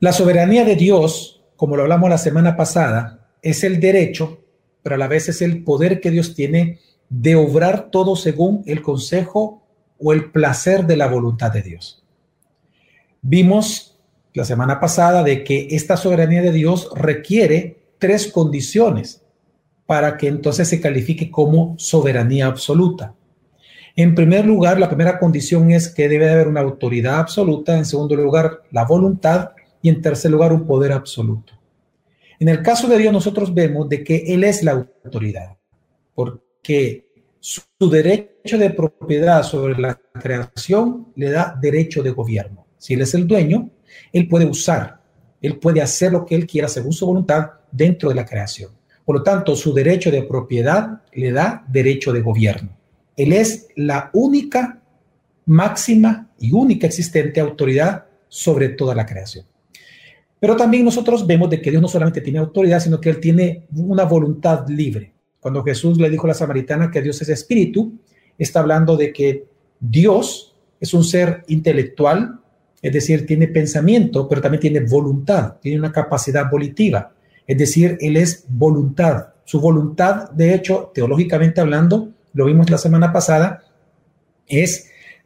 La soberanía de Dios, como lo hablamos la semana pasada, es el derecho, pero a la vez es el poder que Dios tiene de obrar todo según el consejo o el placer de la voluntad de Dios. Vimos la semana pasada de que esta soberanía de Dios requiere 3 condiciones para que entonces se califique como soberanía absoluta. En primer lugar, la primera condición es que debe haber una autoridad absoluta. En segundo lugar, la voluntad. Y en tercer lugar, un poder absoluto. En el caso de Dios, nosotros vemos de que Él es la autoridad, porque su derecho de propiedad sobre la creación le da derecho de gobierno. Si Él es el dueño, Él puede usar, Él puede hacer lo que Él quiera según su voluntad dentro de la creación. Por lo tanto, su derecho de propiedad le da derecho de gobierno. Él es la única, máxima y única existente autoridad sobre toda la creación. Pero también nosotros vemos de que Dios no solamente tiene autoridad, sino que Él tiene una voluntad libre. Cuando Jesús le dijo a la samaritana que Dios es espíritu, está hablando de que Dios es un ser intelectual, es decir, tiene pensamiento, pero también tiene voluntad, tiene una capacidad volitiva. Es decir, Él es voluntad. Su voluntad, de hecho, teológicamente hablando, lo vimos la semana pasada, es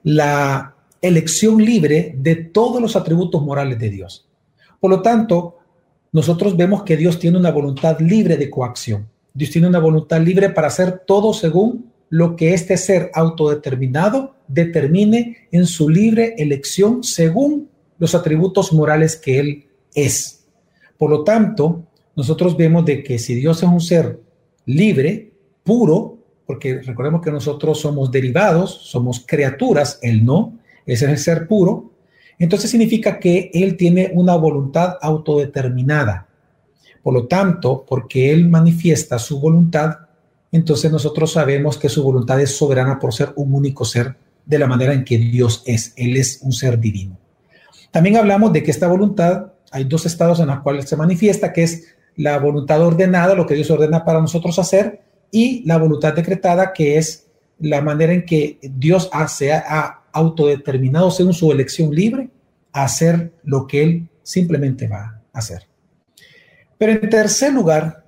la elección libre de todos los atributos morales de Dios. Por lo tanto, nosotros vemos que Dios tiene una voluntad libre de coacción. Dios tiene una voluntad libre para hacer todo según lo que este ser autodeterminado determine en su libre elección según los atributos morales que Él es. Por lo tanto, nosotros vemos de que si Dios es un ser libre, puro, porque recordemos que nosotros somos derivados, somos criaturas, Él no, ese es el ser puro. Entonces significa que Él tiene una voluntad autodeterminada. Por lo tanto, porque Él manifiesta su voluntad, entonces nosotros sabemos que su voluntad es soberana por ser un único ser de la manera en que Dios es. Él es un ser divino. También hablamos de que esta voluntad, hay 2 estados en los cuales se manifiesta, que es la voluntad ordenada, lo que Dios ordena para nosotros hacer, y la voluntad decretada, que es la manera en que Dios ha autodeterminado según su elección libre a hacer lo que Él simplemente va a hacer. Pero en tercer lugar,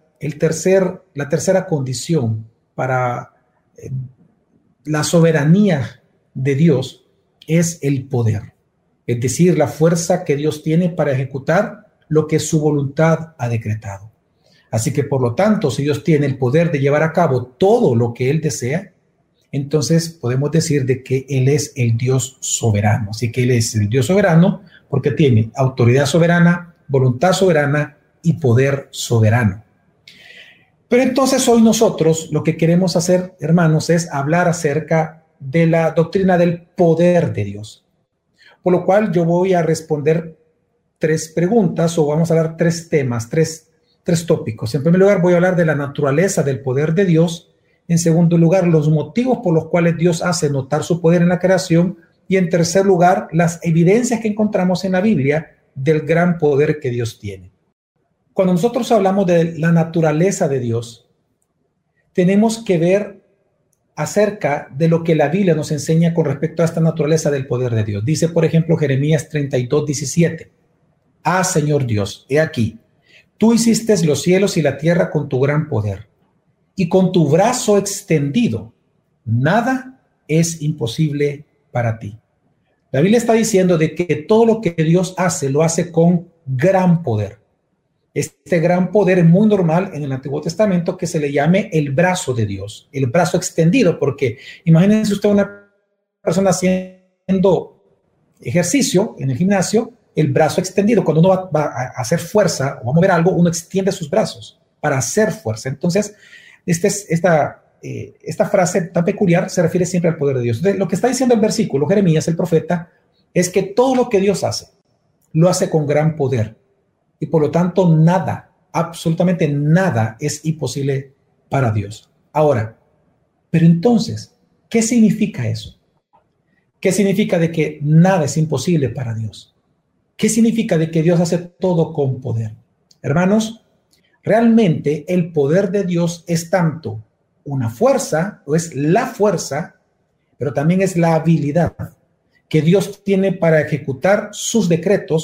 la tercera condición para la soberanía de Dios es el poder, es decir, la fuerza que Dios tiene para ejecutar lo que su voluntad ha decretado. Así que, por lo tanto, si Dios tiene el poder de llevar a cabo todo lo que Él desea, entonces podemos decir de que Él es el Dios soberano. Así que Él es el Dios soberano porque tiene autoridad soberana, voluntad soberana y poder soberano. Pero entonces hoy nosotros lo que queremos hacer, hermanos, es hablar acerca de la doctrina del poder de Dios. Por lo cual yo voy a responder 3 preguntas, o vamos a hablar 3 temas, tres tópicos. En primer lugar, voy a hablar de la naturaleza del poder de Dios. En segundo lugar, los motivos por los cuales Dios hace notar su poder en la creación. Y en tercer lugar, las evidencias que encontramos en la Biblia del gran poder que Dios tiene. Cuando nosotros hablamos de la naturaleza de Dios, tenemos que ver acerca de lo que la Biblia nos enseña con respecto a esta naturaleza del poder de Dios. Dice, por ejemplo, Jeremías 32:17. Ah, Señor Dios, he aquí, tú hiciste los cielos y la tierra con tu gran poder, y con tu brazo extendido, nada es imposible para ti. La Biblia está diciendo de que todo lo que Dios hace, lo hace con gran poder. Este gran poder es muy normal en el Antiguo Testamento que se le llame el brazo de Dios, el brazo extendido, porque imagínense usted una persona haciendo ejercicio en el gimnasio, el brazo extendido. Cuando uno va a hacer fuerza o va a mover algo, uno extiende sus brazos para hacer fuerza. Entonces, esta frase tan peculiar se refiere siempre al poder de Dios. Entonces, lo que está diciendo el versículo, Jeremías, el profeta, es que todo lo que Dios hace, lo hace con gran poder. Y por lo tanto, nada, absolutamente nada es imposible para Dios. Ahora, pero entonces, ¿qué significa eso? ¿Qué significa de que nada es imposible para Dios? ¿Qué significa de que Dios hace todo con poder? Hermanos, realmente el poder de Dios es tanto una fuerza, o es la fuerza, pero también es la habilidad que Dios tiene para ejecutar sus decretos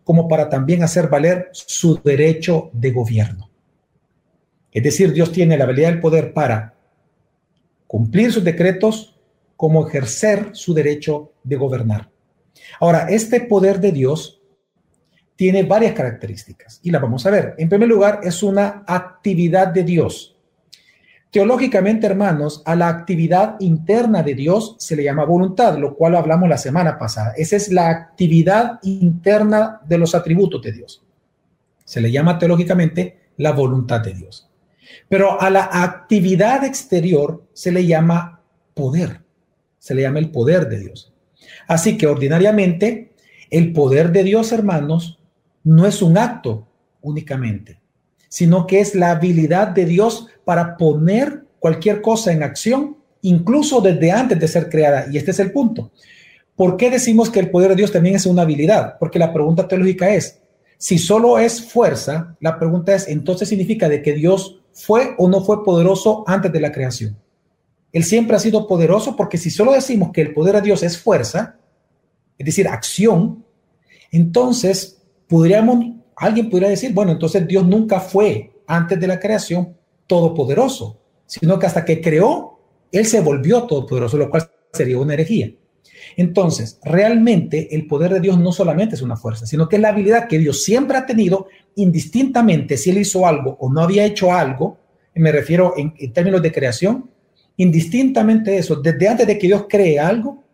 como para también hacer valer su derecho de gobierno. Es decir, Dios tiene la habilidad y el poder para cumplir sus decretos como ejercer su derecho de gobernar. Ahora, este poder de Dios tiene varias características y las vamos a ver. En primer lugar, es una actividad de Dios. Teológicamente, hermanos, a la actividad interna de Dios se le llama voluntad, lo cual hablamos la semana pasada. Esa es la actividad interna de los atributos de Dios. Se le llama teológicamente la voluntad de Dios. Pero a la actividad exterior se le llama poder. Se le llama el poder de Dios. Así que ordinariamente el poder de Dios, hermanos, no es un acto únicamente, sino que es la habilidad de Dios para poner cualquier cosa en acción, incluso desde antes de ser creada. Y este es el punto. ¿Por qué decimos que el poder de Dios también es una habilidad? Porque la pregunta teológica es, si solo es fuerza, la pregunta es, entonces significa de que Dios fue o no fue poderoso antes de la creación. Él siempre ha sido poderoso, porque si solo decimos que el poder de Dios es fuerza, es decir, acción, entonces alguien podría decir, bueno, entonces Dios nunca fue antes de la creación todopoderoso, sino que hasta que creó, Él se volvió todopoderoso, lo cual sería una herejía. Entonces, realmente el poder de Dios no solamente es una fuerza, sino que es la habilidad que Dios siempre ha tenido, indistintamente si Él hizo algo o no había hecho algo, me refiero en términos de creación, indistintamente eso, desde antes de que Dios cree algo,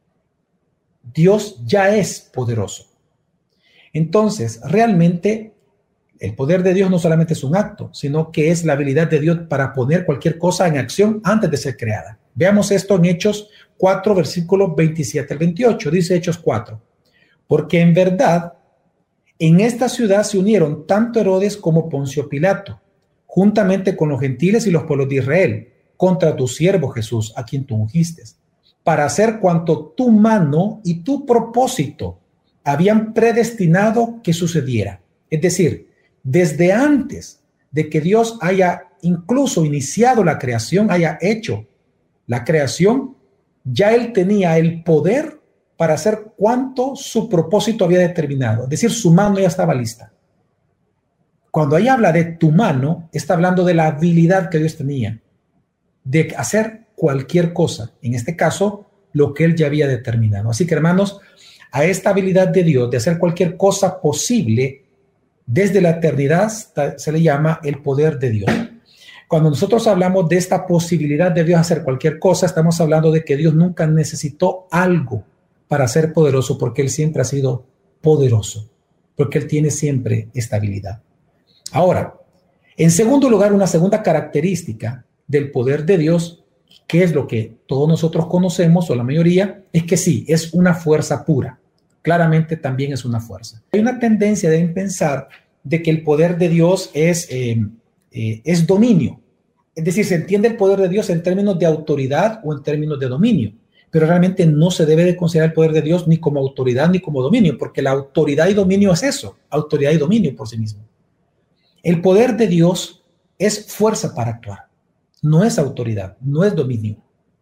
Dios ya es poderoso. Entonces, realmente el poder de Dios no solamente es un acto, sino que es la habilidad de Dios para poner cualquier cosa en acción antes de ser creada. Veamos esto en Hechos 4, versículos 27 al 28. Dice Hechos 4. Porque en verdad, en esta ciudad se unieron tanto Herodes como Poncio Pilato, juntamente con los gentiles y los pueblos de Israel, contra tu siervo Jesús, a quien tú ungiste, para hacer cuanto tu mano y tu propósito habían predestinado que sucediera. Es decir, desde antes de que Dios haya incluso iniciado la creación, haya hecho la creación, ya Él tenía el poder para hacer cuanto su propósito había determinado. Es decir, su mano ya estaba lista. Cuando ahí habla de tu mano, está hablando de la habilidad que Dios tenía de hacer cualquier cosa. En este caso, lo que Él ya había determinado. Así que, hermanos, a esta habilidad de Dios de hacer cualquier cosa posible desde la eternidad se le llama el poder de Dios. Cuando nosotros hablamos de esta posibilidad de Dios hacer cualquier cosa, estamos hablando de que Dios nunca necesitó algo para ser poderoso, porque Él siempre ha sido poderoso, porque Él tiene siempre esta habilidad. Ahora, en segundo lugar, una segunda característica del poder de Dios, que es lo que todos nosotros conocemos, o la mayoría, es que sí, es una fuerza pura. Claramente también es una fuerza. Hay una tendencia de pensar de que el poder de Dios es dominio. Es decir, se entiende el poder de Dios en términos de autoridad o en términos de dominio, pero realmente no se debe de considerar el poder de Dios ni como autoridad ni como dominio, porque la autoridad y dominio es eso, autoridad y dominio por sí mismo. El poder de Dios es fuerza para actuar, no es autoridad, no es dominio.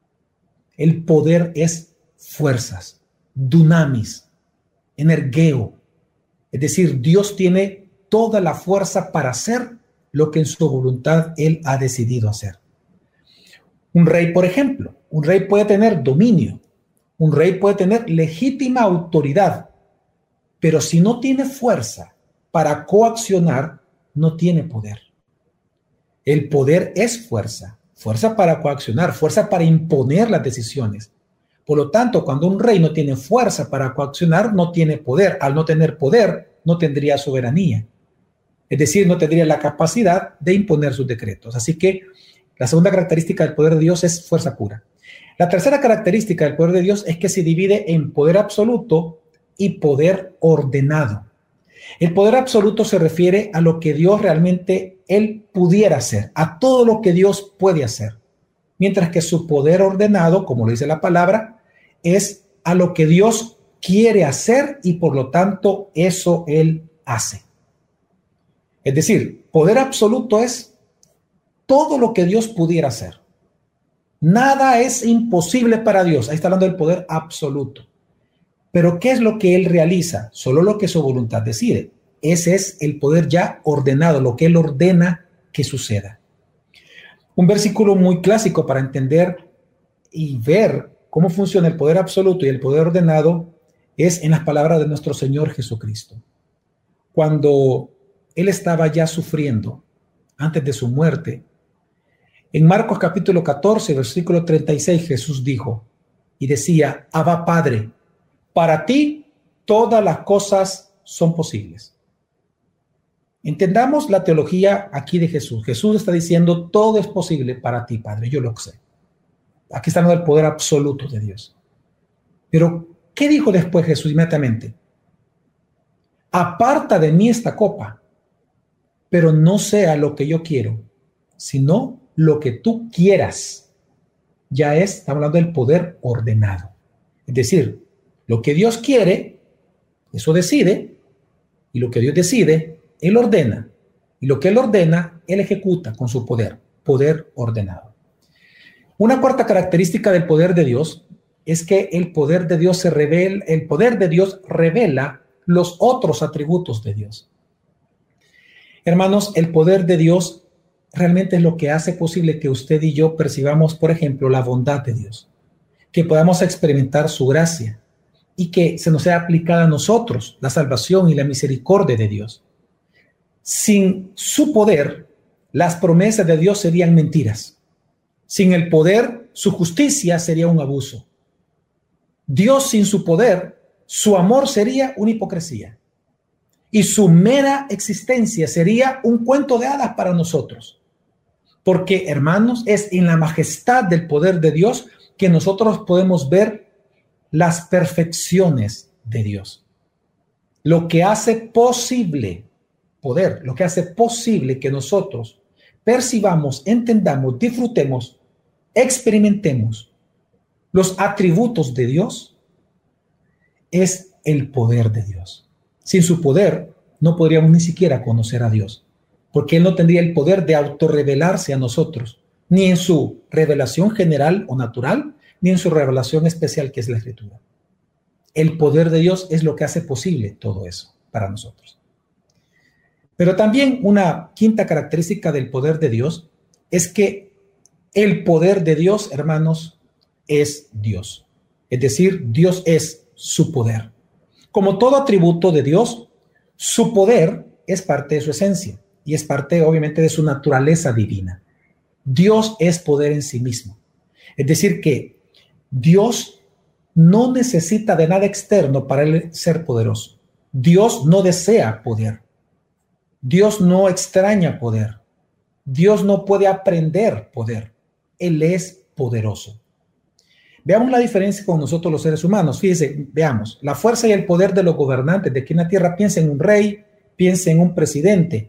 El poder es fuerzas, dunamis, energeo. Es decir, Dios tiene toda la fuerza para hacer lo que en su voluntad Él ha decidido hacer. Un rey, por ejemplo, un rey puede tener dominio, un rey puede tener legítima autoridad, pero si no tiene fuerza para coaccionar, no tiene poder. El poder es fuerza, fuerza para coaccionar, fuerza para imponer las decisiones. Por lo tanto, cuando un rey no tiene fuerza para coaccionar, no tiene poder. Al no tener poder, no tendría soberanía. Es decir, no tendría la capacidad de imponer sus decretos. Así que la segunda característica del poder de Dios es fuerza pura. La tercera característica del poder de Dios es que se divide en poder absoluto y poder ordenado. El poder absoluto se refiere a lo que Dios realmente Él pudiera hacer, a todo lo que Dios puede hacer. Mientras que su poder ordenado, como lo dice la palabra, es a lo que Dios quiere hacer y por lo tanto eso Él hace. Es decir, poder absoluto es todo lo que Dios pudiera hacer. Nada es imposible para Dios. Ahí está hablando del poder absoluto. Pero ¿qué es lo que Él realiza? Solo lo que su voluntad decide. Ese es el poder ya ordenado, lo que Él ordena que suceda. Un versículo muy clásico para entender y ver cómo funciona el poder absoluto y el poder ordenado es en las palabras de nuestro Señor Jesucristo. Cuando Él estaba ya sufriendo antes de su muerte, en Marcos capítulo 14, versículo 36, Jesús dijo y decía: Abba Padre, para ti todas las cosas son posibles. Entendamos la teología aquí de Jesús. Jesús está diciendo: todo es posible para ti, Padre, yo lo sé. Aquí está hablando del poder absoluto de Dios. Pero, ¿qué dijo después Jesús inmediatamente? Aparta de mí esta copa, pero no sea lo que yo quiero, sino lo que tú quieras. Ya estamos hablando del poder ordenado. Es decir, lo que Dios quiere, eso decide, y lo que Dios decide, Él ordena. Y lo que Él ordena, Él ejecuta con su poder, poder ordenado. Una cuarta característica del poder de Dios es que el poder de Dios revela los otros atributos de Dios. Hermanos, el poder de Dios realmente es lo que hace posible que usted y yo percibamos, por ejemplo, la bondad de Dios, que podamos experimentar su gracia y que se nos sea aplicada a nosotros la salvación y la misericordia de Dios. Sin su poder, las promesas de Dios serían mentiras. Sin el poder, su justicia sería un abuso. Dios sin su poder, su amor sería una hipocresía. Y su mera existencia sería un cuento de hadas para nosotros. Porque, hermanos, es en la majestad del poder de Dios que nosotros podemos ver las perfecciones de Dios. Lo que hace posible poder, lo que hace posible que nosotros percibamos, entendamos, disfrutemos, experimentemos los atributos de Dios, es el poder de Dios. Sin su poder no podríamos ni siquiera conocer a Dios, porque Él no tendría el poder de autorrevelarse a nosotros, ni en su revelación general o natural, ni en su revelación especial que es la Escritura. El poder de Dios es lo que hace posible todo eso para nosotros. Pero también una quinta característica del poder de Dios es que el poder de Dios, hermanos, es Dios. Es decir, Dios es su poder. Como todo atributo de Dios, su poder es parte de su esencia y es parte, obviamente, de su naturaleza divina. Dios es poder en sí mismo. Es decir, que Dios no necesita de nada externo para él ser poderoso. Dios no desea poder. Dios no extraña poder. Dios no puede aprender poder. Él es poderoso. Veamos la diferencia con nosotros los seres humanos. Fíjense, veamos, la fuerza y el poder de los gobernantes de aquí en la tierra. Piensa en un rey, piensa en un presidente.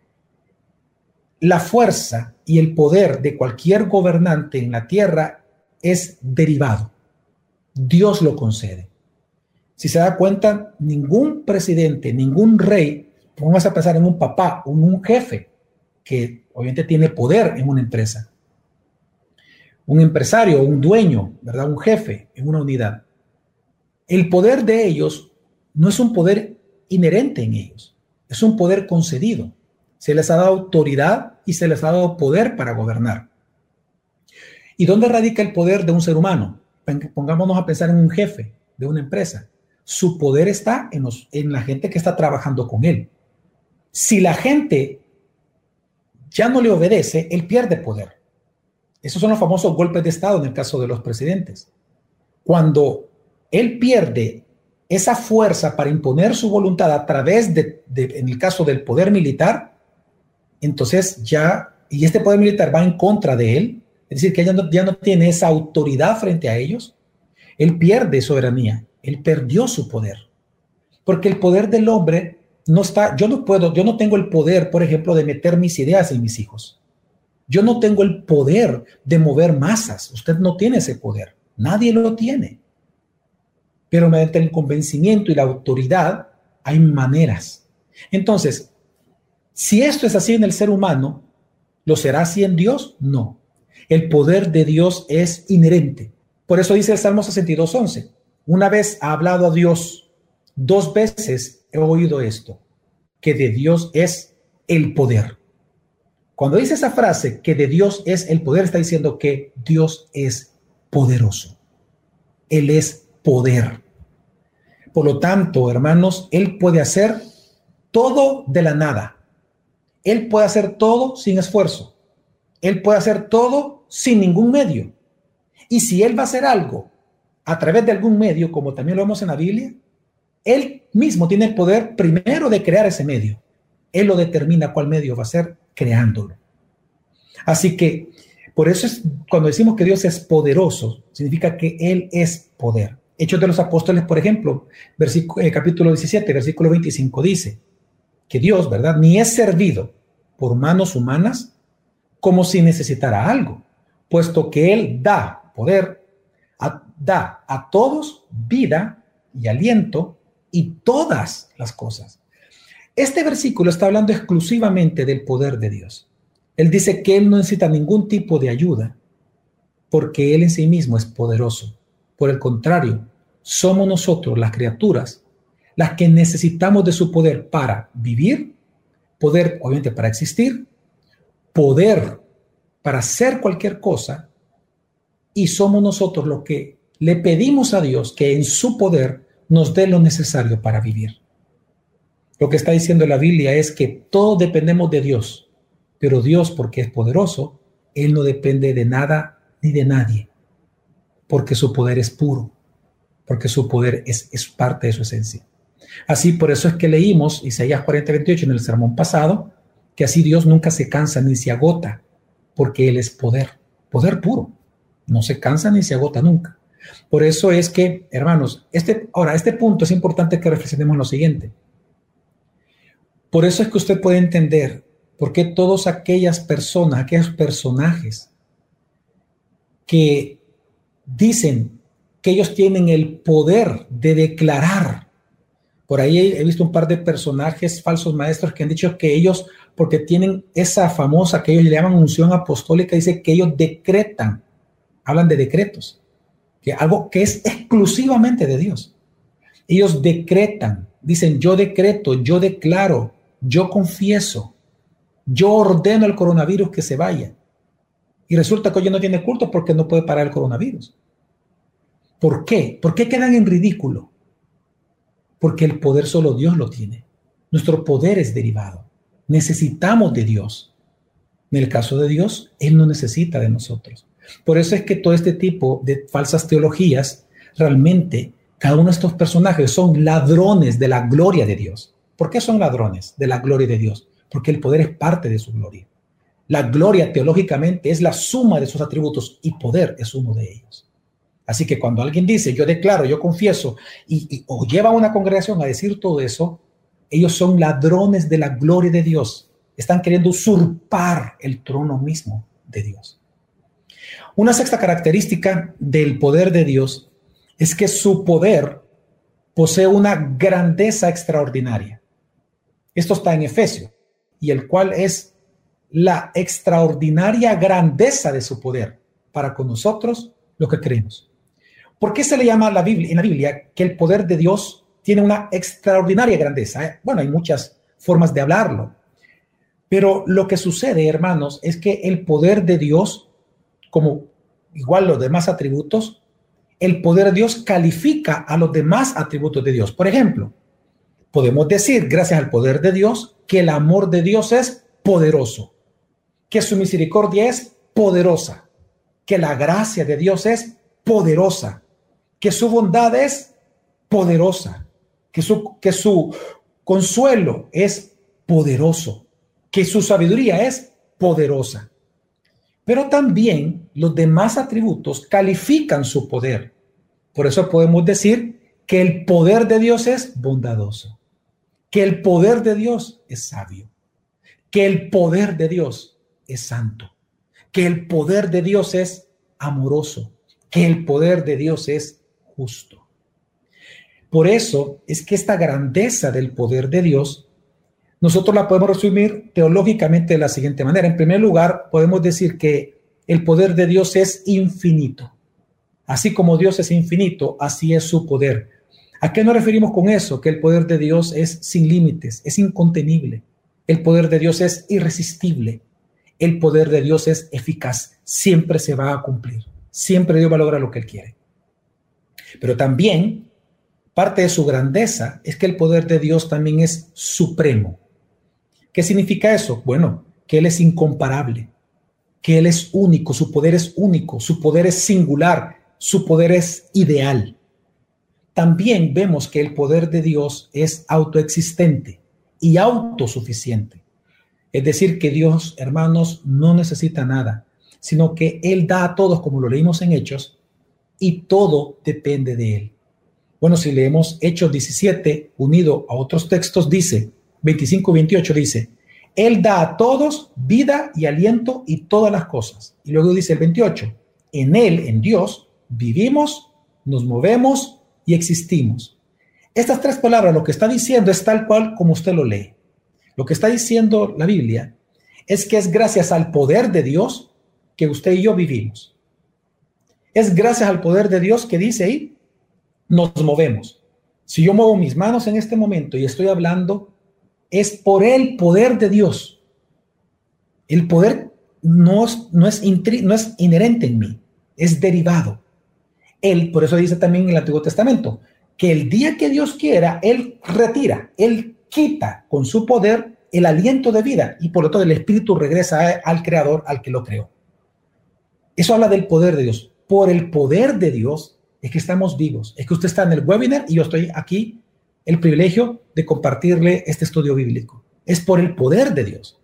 La fuerza y el poder de cualquier gobernante en la tierra es derivado. Dios lo concede. Si se da cuenta, ningún presidente, ningún rey, vamos a pensar en un papá, un jefe, que obviamente tiene poder en una empresa. Un empresario, un dueño, ¿verdad? Un jefe en una unidad. El poder de ellos no es un poder inherente en ellos, es un poder concedido. Se les ha dado autoridad y se les ha dado poder para gobernar. ¿Y dónde radica el poder de un ser humano? Pongámonos a pensar en un jefe de una empresa. Su poder está en la gente que está trabajando con él. Si la gente ya no le obedece, él pierde poder. Esos son los famosos golpes de Estado en el caso de los presidentes. Cuando él pierde esa fuerza para imponer su voluntad a través en el caso del poder militar, entonces y este poder militar va en contra de él, es decir, que ya no tiene esa autoridad frente a ellos, él pierde soberanía, él perdió su poder. Porque el poder del hombre no está, yo no tengo el poder, por ejemplo, de meter mis ideas en mis hijos. Yo no tengo el poder de mover masas. Usted no tiene ese poder. Nadie lo tiene. Pero mediante el convencimiento y la autoridad hay maneras. Entonces, si esto es así en el ser humano, ¿lo será así en Dios? No. El poder de Dios es inherente. Por eso dice el Salmo 62:11. una vez ha hablado a Dios, 2 veces he oído esto, que de Dios es el poder. Cuando dice esa frase, que de Dios es el poder, está diciendo que Dios es poderoso. Él es poder. Por lo tanto, hermanos, Él puede hacer todo de la nada. Él puede hacer todo sin esfuerzo. Él puede hacer todo sin ningún medio. Y si Él va a hacer algo a través de algún medio, como también lo vemos en la Biblia, Él mismo tiene el poder primero de crear ese medio. Él lo determina cuál medio va a ser creándolo. Así que por eso es cuando decimos que Dios es poderoso, significa que Él es poder. Hechos de los Apóstoles, por ejemplo, capítulo 17, versículo 25 dice que Dios, ¿verdad?, ni es servido por manos humanas como si necesitara algo, puesto que Él da poder, da a todos vida y aliento y todas las cosas. Este versículo está hablando exclusivamente del poder de Dios. Él dice que Él no necesita ningún tipo de ayuda porque Él en sí mismo es poderoso. Por el contrario, somos nosotros, las criaturas, las que necesitamos de su poder para vivir, poder, obviamente, para existir, poder para hacer cualquier cosa, y somos nosotros los que le pedimos a Dios que en su poder nos dé lo necesario para vivir. Lo que está diciendo la Biblia es que todos dependemos de Dios, pero Dios, porque es poderoso, Él no depende de nada ni de nadie, porque su poder es puro, porque su poder es parte de su esencia. Así, por eso es que leímos Isaías 40:28 en el sermón pasado, que así Dios nunca se cansa ni se agota, porque Él es poder, poder puro. No se cansa ni se agota nunca. Por eso es que, hermanos, este punto es importante que reflexionemos en lo siguiente. Por eso es que usted puede entender por qué todas aquellas personas, aquellos personajes que dicen que ellos tienen el poder de declarar. Por ahí he visto un par de personajes, falsos maestros, que han dicho que ellos, porque tienen esa famosa que ellos le llaman unción apostólica, dice que ellos decretan, hablan de decretos, que algo que es exclusivamente de Dios. Ellos decretan, dicen yo decreto, yo declaro, yo confieso, yo ordeno al coronavirus que se vaya. Y resulta que hoy no tiene culto porque no puede parar el coronavirus. ¿Por qué? ¿Por qué quedan en ridículo? Porque el poder solo Dios lo tiene. Nuestro poder es derivado. Necesitamos de Dios. En el caso de Dios, Él no necesita de nosotros. Por eso es que todo este tipo de falsas teologías, realmente, cada uno de estos personajes son ladrones de la gloria de Dios. ¿Por qué son ladrones de la gloria de Dios? Porque el poder es parte de su gloria. La gloria teológicamente es la suma de sus atributos y poder es uno de ellos. Así que cuando alguien dice, yo declaro, yo confieso, o lleva a una congregación a decir todo eso, ellos son ladrones de la gloria de Dios. Están queriendo usurpar el trono mismo de Dios. Una sexta característica del poder de Dios es que su poder posee una grandeza extraordinaria. Esto está en Efesios, y el cual es la extraordinaria grandeza de su poder para con nosotros los que creemos. ¿Por qué se le llama en la Biblia que el poder de Dios tiene una extraordinaria grandeza? Bueno, hay muchas formas de hablarlo, pero lo que sucede, hermanos, es que el poder de Dios, como igual los demás atributos, el poder de Dios califica a los demás atributos de Dios. Por ejemplo, podemos decir, gracias al poder de Dios, que el amor de Dios es poderoso, que su misericordia es poderosa, que la gracia de Dios es poderosa, que su bondad es poderosa, que su consuelo es poderoso, que su sabiduría es poderosa. Pero también los demás atributos califican su poder. Por eso podemos decir que el poder de Dios es bondadoso, que el poder de Dios es sabio, que el poder de Dios es santo, que el poder de Dios es amoroso, que el poder de Dios es justo. Por eso es que esta grandeza del poder de Dios, nosotros la podemos resumir teológicamente de la siguiente manera. En primer lugar, podemos decir que el poder de Dios es infinito. Así como Dios es infinito, así es su poder. ¿A qué nos referimos con eso? Que el poder de Dios es sin límites, es incontenible. El poder de Dios es irresistible. El poder de Dios es eficaz. Siempre se va a cumplir. Siempre Dios va a lograr lo que Él quiere. Pero también, parte de su grandeza es que el poder de Dios también es supremo. ¿Qué significa eso? Bueno, que Él es incomparable, que Él es único, su poder es único, su poder es singular, su poder es ideal. También vemos que el poder de Dios es autoexistente y autosuficiente. Es decir, que Dios, hermanos, no necesita nada, sino que Él da a todos, como lo leímos en Hechos, y todo depende de Él. Bueno, si leemos Hechos 17, unido a otros textos, dice, 25 y 28 dice, Él da a todos vida y aliento y todas las cosas. Y luego dice el 28, en Él, en Dios, vivimos, nos movemos y existimos. Estas tres palabras, lo que está diciendo es tal cual como usted lo lee. Lo que está diciendo la Biblia es que es gracias al poder de Dios que usted y yo vivimos. Es gracias al poder de Dios que dice ahí, nos movemos. Si yo muevo mis manos en este momento y estoy hablando, es por el poder de Dios. El poder no es inherente en mí, es derivado. Él, por eso dice también en el Antiguo Testamento, que el día que Dios quiera, Él retira, Él quita con su poder el aliento de vida y por lo tanto el espíritu regresa al creador, al que lo creó. Eso habla del poder de Dios. Por el poder de Dios es que estamos vivos. Es que usted está en el webinar y yo estoy aquí, el privilegio de compartirle este estudio bíblico. Es por el poder de Dios.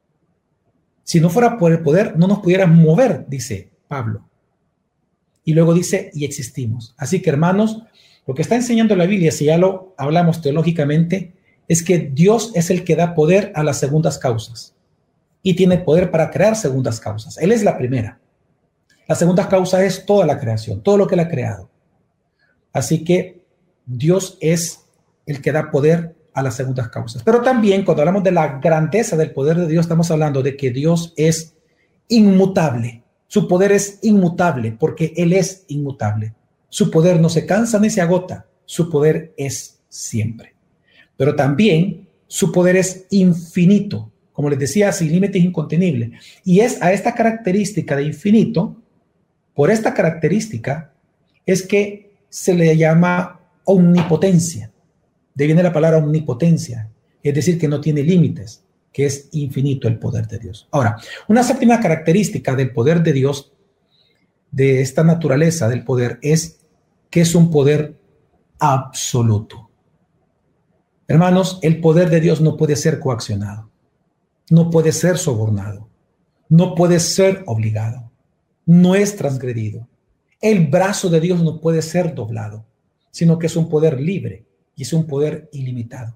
Si no fuera por el poder, no nos pudiéramos mover, dice Pablo. Y luego dice, y existimos. Así que, hermanos, lo que está enseñando la Biblia, si ya lo hablamos teológicamente, es que Dios es el que da poder a las segundas causas. Y tiene poder para crear segundas causas. Él es la primera. La segunda causa es toda la creación, todo lo que Él ha creado. Así que Dios es el que da poder a las segundas causas. Pero también, cuando hablamos de la grandeza del poder de Dios, estamos hablando de que Dios es inmutable. Su poder es inmutable porque Él es inmutable. Su poder no se cansa ni se agota. Su poder es siempre. Pero también su poder es infinito. Como les decía, sin límites, incontenible. Y es a esta característica de infinito, por esta característica, es que se le llama omnipotencia. De ahí viene la palabra omnipotencia. Es decir, que no tiene límites, que es infinito el poder de Dios. Ahora, una séptima característica del poder de Dios, de esta naturaleza del poder, es que es un poder absoluto. Hermanos, el poder de Dios no puede ser coaccionado, no puede ser sobornado, no puede ser obligado, no es transgredido. El brazo de Dios no puede ser doblado, sino que es un poder libre y es un poder ilimitado.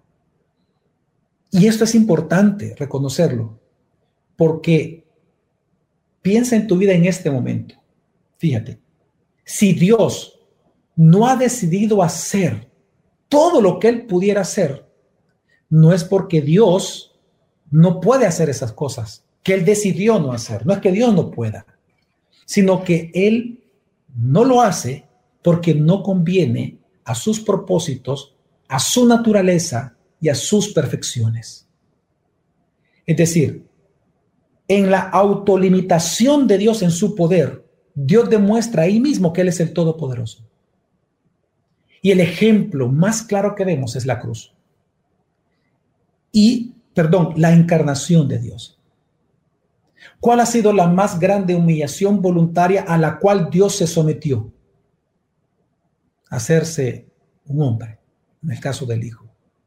Y esto es importante reconocerlo, porque piensa en tu vida en este momento. Fíjate, si Dios no ha decidido hacer todo lo que Él pudiera hacer, no es porque Dios no puede hacer esas cosas, que Él decidió no hacer. No es que Dios no pueda, sino que Él no lo hace porque no conviene a sus propósitos, a su naturaleza y a sus perfecciones. Es decir, en la autolimitación de Dios en su poder, Dios demuestra ahí mismo que Él es el Todopoderoso. Y el ejemplo más claro que vemos es la cruz. La encarnación de Dios. ¿Cuál ha sido la más grande humillación voluntaria a la cual Dios se sometió? Hacerse un hombre, en el caso del Hijo.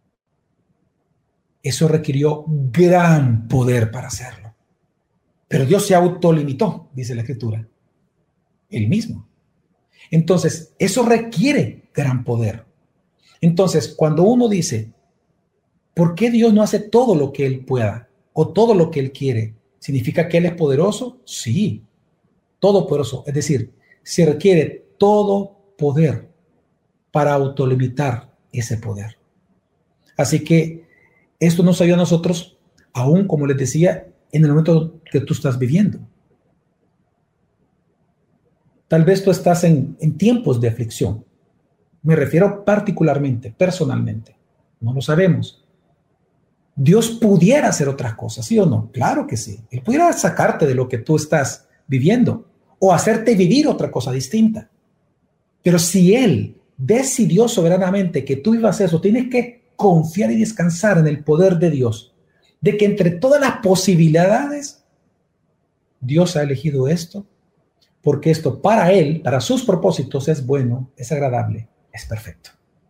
Eso requirió gran poder para hacerlo. Pero Dios se autolimitó, dice la Escritura. Él mismo. Entonces, eso requiere gran poder. Entonces, cuando uno dice, ¿por qué Dios no hace todo lo que Él pueda o todo lo que Él quiere? ¿Significa que Él es poderoso? Sí, todopoderoso. Es decir, se requiere todo poder para autolimitar ese poder. Así que esto nos ayuda a nosotros, aún como les decía, en el momento que tú estás viviendo. Tal vez tú estás en tiempos de aflicción. Me refiero particularmente, personalmente. No lo sabemos. Dios pudiera hacer otras cosas, ¿sí o no? Claro que sí. Él pudiera sacarte de lo que tú estás viviendo o hacerte vivir otra cosa distinta. Pero si Él decidió soberanamente que tú vivas eso, tienes que confiar y descansar en el poder de Dios, de que entre todas las posibilidades, Dios ha elegido esto, porque esto para Él, para sus propósitos, es bueno, es agradable, es perfecto.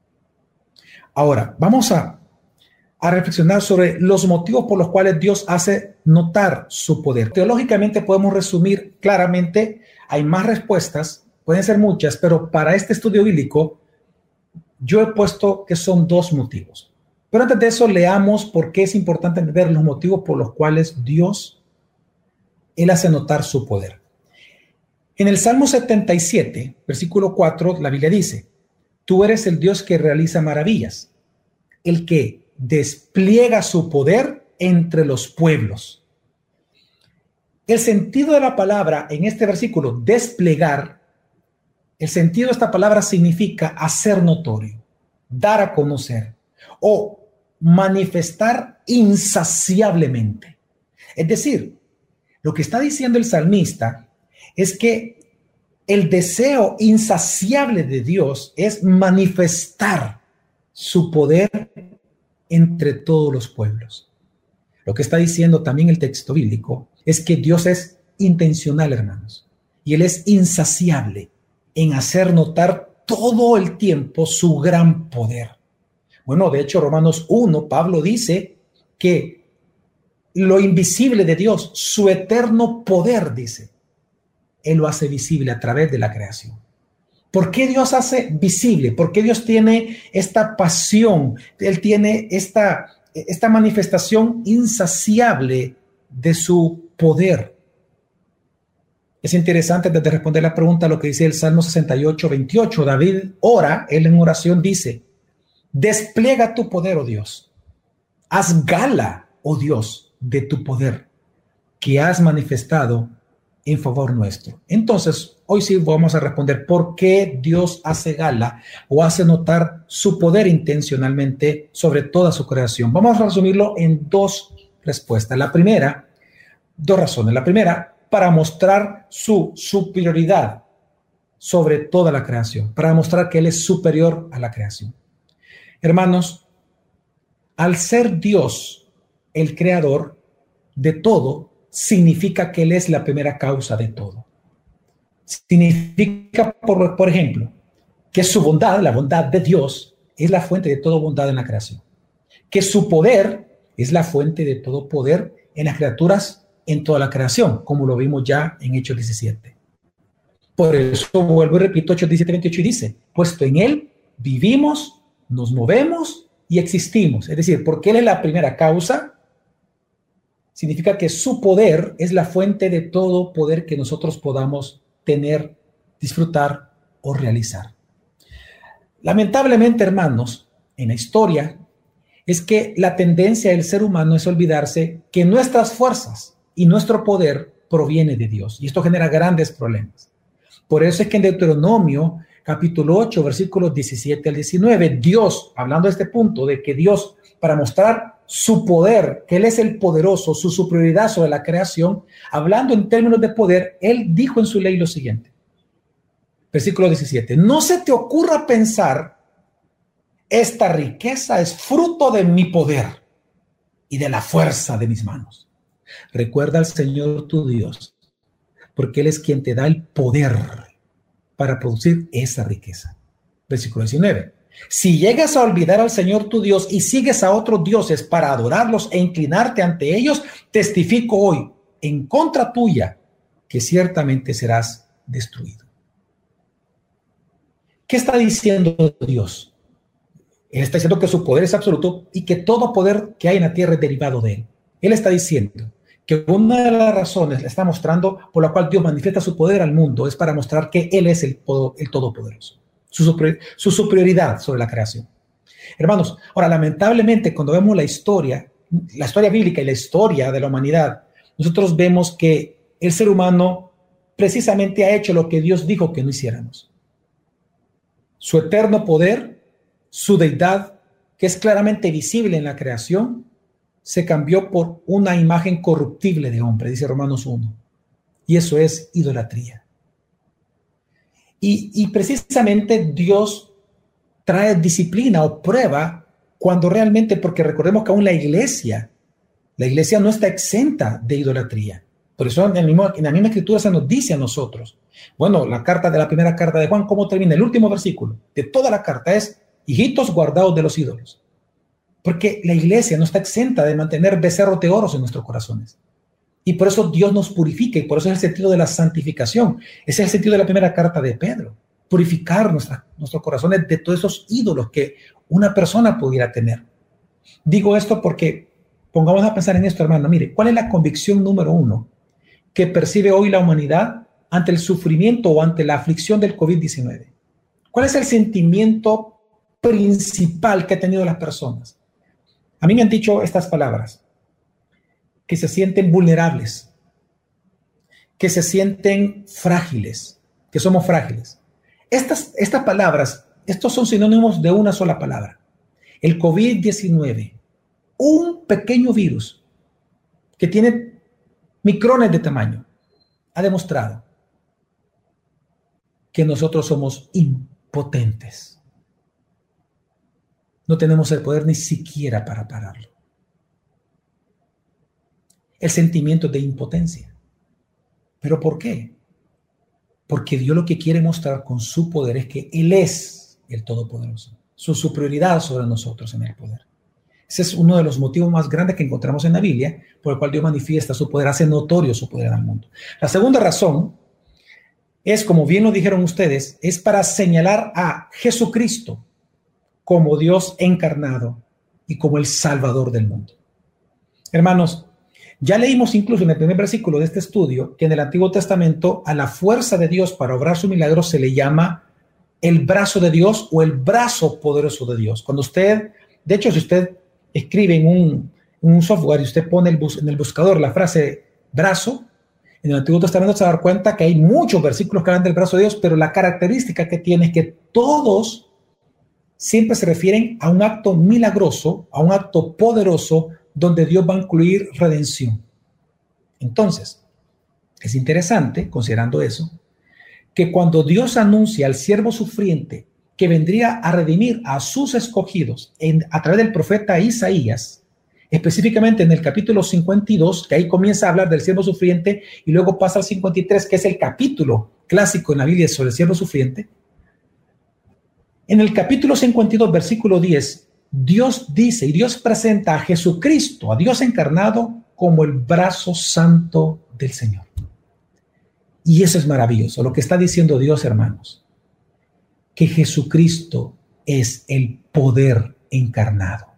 Ahora, vamos a reflexionar sobre los motivos por los cuales Dios hace notar su poder. Teológicamente podemos resumir claramente, hay más respuestas, pueden ser muchas, pero para este estudio bíblico yo he puesto que son dos motivos. Pero antes de eso, leamos por qué es importante ver los motivos por los cuales Dios, Él hace notar su poder. En el Salmo 77, versículo 4, la Biblia dice: tú eres el Dios que realiza maravillas, el que despliega su poder entre los pueblos. El sentido de la palabra en este versículo, desplegar, el sentido de esta palabra significa hacer notorio, dar a conocer o manifestar insaciablemente. Es decir, lo que está diciendo el salmista es que el deseo insaciable de Dios es manifestar su poder entre todos los pueblos. Lo que está diciendo también el texto bíblico es que Dios es intencional, hermanos, y Él es insaciable en hacer notar todo el tiempo su gran poder. Bueno, de hecho, Romanos 1, Pablo dice que lo invisible de Dios, su eterno poder, dice, Él lo hace visible a través de la creación. ¿Por qué Dios hace visible? ¿Por qué Dios tiene esta pasión? Él tiene esta manifestación insaciable de su poder. Es interesante, antes de responder la pregunta, lo que dice el Salmo 68, 28. David ora, él en oración dice: despliega tu poder, oh Dios. Haz gala, oh Dios, de tu poder que has manifestado en favor nuestro. Entonces, hoy sí vamos a responder por qué Dios hace gala o hace notar su poder intencionalmente sobre toda su creación. Vamos a resumirlo en dos respuestas. La primera, dos razones. La primera, para mostrar su superioridad sobre toda la creación, para mostrar que Él es superior a la creación. Hermanos, al ser Dios el creador de todo, significa que Él es la primera causa de todo. Significa, por ejemplo, que su bondad, la bondad de Dios, es la fuente de toda bondad en la creación. Que su poder es la fuente de todo poder en las criaturas, en toda la creación, como lo vimos ya en Hechos 17. Por eso vuelvo y repito, Hechos 17, 28, y dice: puesto en Él vivimos, nos movemos y existimos. Es decir, porque Él es la primera causa, significa que su poder es la fuente de todo poder que nosotros podamos tener, disfrutar o realizar. Lamentablemente, hermanos, en la historia, es que la tendencia del ser humano es olvidarse que nuestras fuerzas y nuestro poder proviene de Dios. Y esto genera grandes problemas. Por eso es que en Deuteronomio, capítulo 8, versículos 17 al 19, Dios, hablando de este punto, de que Dios, para mostrar su poder, que Él es el poderoso, su superioridad sobre la creación, hablando en términos de poder, Él dijo en su ley lo siguiente. Versículo 17, no se te ocurra pensar, esta riqueza es fruto de mi poder y de la fuerza de mis manos. Recuerda al Señor tu Dios, porque Él es quien te da el poder para producir esa riqueza. Versículo 19. Si llegas a olvidar al Señor tu Dios y sigues a otros dioses para adorarlos e inclinarte ante ellos, testifico hoy en contra tuya que ciertamente serás destruido. ¿Qué está diciendo Dios? Él está diciendo que su poder es absoluto y que todo poder que hay en la tierra es derivado de Él. Él está diciendo que una de las razones, le está mostrando, por la cual Dios manifiesta su poder al mundo, es para mostrar que Él es el todopoderoso, su superioridad sobre la creación. Hermanos, ahora lamentablemente cuando vemos la historia bíblica y la historia de la humanidad, nosotros vemos que el ser humano precisamente ha hecho lo que Dios dijo que no hiciéramos. Su eterno poder, su deidad, que es claramente visible en la creación, se cambió por una imagen corruptible de hombre, dice Romanos 1. Y eso es idolatría. Y precisamente Dios trae disciplina o prueba cuando realmente, porque recordemos que aún la iglesia no está exenta de idolatría. Por eso en la misma escritura se nos dice a nosotros. Bueno, la primera carta de Juan, ¿cómo termina? El último versículo de toda la carta es: hijitos, guardaos de los ídolos. Porque la iglesia no está exenta de mantener becerros de oro en nuestros corazones. Y por eso Dios nos purifica, y por eso es el sentido de la santificación. Ese es el sentido de la primera carta de Pedro. Purificar nuestros corazones de todos esos ídolos que una persona pudiera tener. Digo esto porque pongamos a pensar en esto, hermano. Mire, ¿cuál es la convicción número 1 que percibe hoy la humanidad ante el sufrimiento o ante la aflicción del COVID-19? ¿Cuál es el sentimiento principal que han tenido las personas? A mí me han dicho estas palabras: que se sienten vulnerables, que se sienten frágiles, que somos frágiles. Estas palabras, estos son sinónimos de una sola palabra. El COVID-19, un pequeño virus que tiene micrones de tamaño, ha demostrado que nosotros somos impotentes. No tenemos el poder ni siquiera para pararlo. El sentimiento de impotencia. ¿Pero por qué? Porque Dios lo que quiere mostrar con su poder es que Él es el Todopoderoso. Su superioridad sobre nosotros en el poder. Ese es uno de los motivos más grandes que encontramos en la Biblia, por el cual Dios manifiesta su poder, hace notorio su poder al mundo. La segunda razón es, como bien lo dijeron ustedes, es para señalar a Jesucristo como Dios encarnado y como el Salvador del mundo. Hermanos, ya leímos incluso en el primer versículo de este estudio que en el Antiguo Testamento a la fuerza de Dios para obrar su milagro se le llama el brazo de Dios o el brazo poderoso de Dios. Cuando usted, de hecho, si usted escribe en un software y usted pone en el buscador la frase brazo, en el Antiguo Testamento se va a dar cuenta que hay muchos versículos que hablan del brazo de Dios, pero la característica que tiene es que todos siempre se refieren a un acto milagroso, a un acto poderoso, donde Dios va a incluir redención. Entonces, es interesante, considerando eso, que cuando Dios anuncia al siervo sufriente que vendría a redimir a sus escogidos a través del profeta Isaías, específicamente en el capítulo 52, que ahí comienza a hablar del siervo sufriente, y luego pasa al 53, que es el capítulo clásico en la Biblia sobre el siervo sufriente. En el capítulo 52, versículo 10, Dios dice y Dios presenta a Jesucristo, a Dios encarnado, como el brazo santo del Señor. Y eso es maravilloso, lo que está diciendo Dios, hermanos, que Jesucristo es el poder encarnado.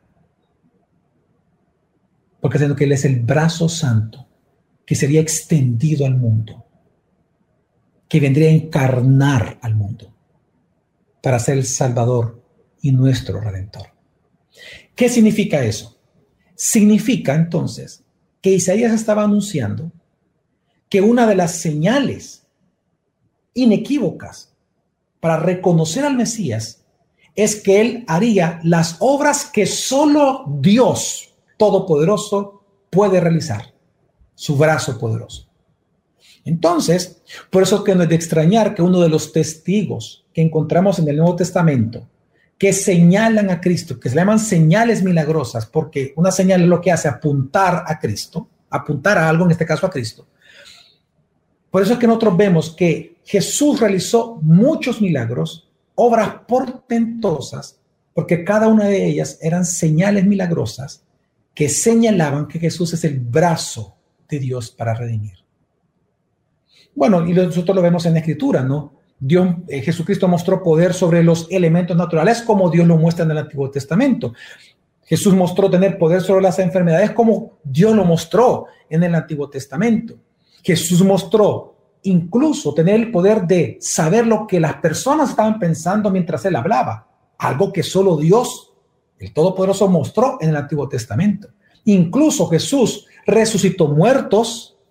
Porque siendo que Él es el brazo santo que sería extendido al mundo, que vendría a encarnar al mundo para ser el Salvador y nuestro Redentor. ¿Qué significa eso? Significa entonces que Isaías estaba anunciando que una de las señales inequívocas para reconocer al Mesías es que Él haría las obras que solo Dios Todopoderoso puede realizar, su brazo poderoso. Entonces, por eso que no es de extrañar que uno de los testigos que encontramos en el Nuevo Testamento que señalan a Cristo, que se llaman señales milagrosas, porque una señal es lo que hace apuntar a Cristo, apuntar a algo, en este caso a Cristo. Por eso es que nosotros vemos que Jesús realizó muchos milagros, obras portentosas, porque cada una de ellas eran señales milagrosas que señalaban que Jesús es el brazo de Dios para redimir. Bueno, y nosotros lo vemos en la Escritura, ¿no? Jesucristo mostró poder sobre los elementos naturales como Dios lo muestra en el Antiguo Testamento. Jesús mostró tener poder sobre las enfermedades como Dios lo mostró en el Antiguo Testamento. Jesús mostró incluso tener el poder de saber lo que las personas estaban pensando mientras Él hablaba, algo que solo Dios, el Todopoderoso, mostró en el Antiguo Testamento. Incluso Jesús resucitó muertos,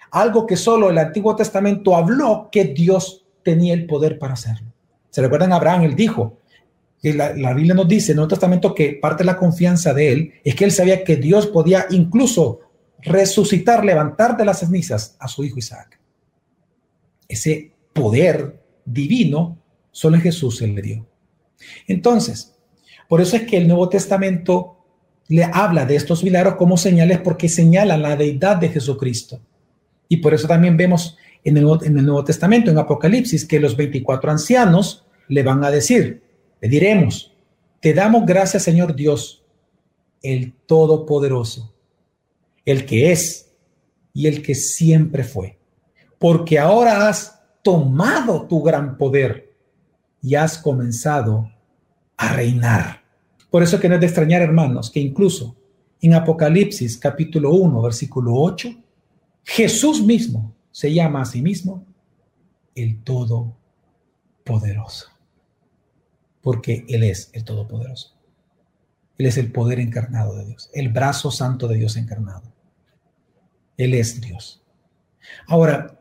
algo que solo el Antiguo Testamento habló que Dios tenía el poder para hacerlo. ¿Se recuerdan a Abraham? Él dijo, que la Biblia nos dice en el Nuevo Testamento que parte de la confianza de él es que él sabía que Dios podía incluso resucitar, levantar de las cenizas a su hijo Isaac. Ese poder divino solo en Jesús se le dio. Entonces, por eso es que el Nuevo Testamento le habla de estos milagros como señales, porque señalan la deidad de Jesucristo. Y por eso también vemos en el Nuevo Testamento, en Apocalipsis, que los 24 ancianos le van a decir, le diremos, te damos gracias, Señor Dios, el Todopoderoso, el que es y el que siempre fue, porque ahora has tomado tu gran poder y has comenzado a reinar. Por eso que no es de extrañar, hermanos, que incluso en Apocalipsis capítulo 1, versículo 8, Jesús mismo se llama a sí mismo el Todopoderoso, porque Él es el Todopoderoso. Él es el poder encarnado de Dios, el brazo santo de Dios encarnado. Él es Dios. Ahora,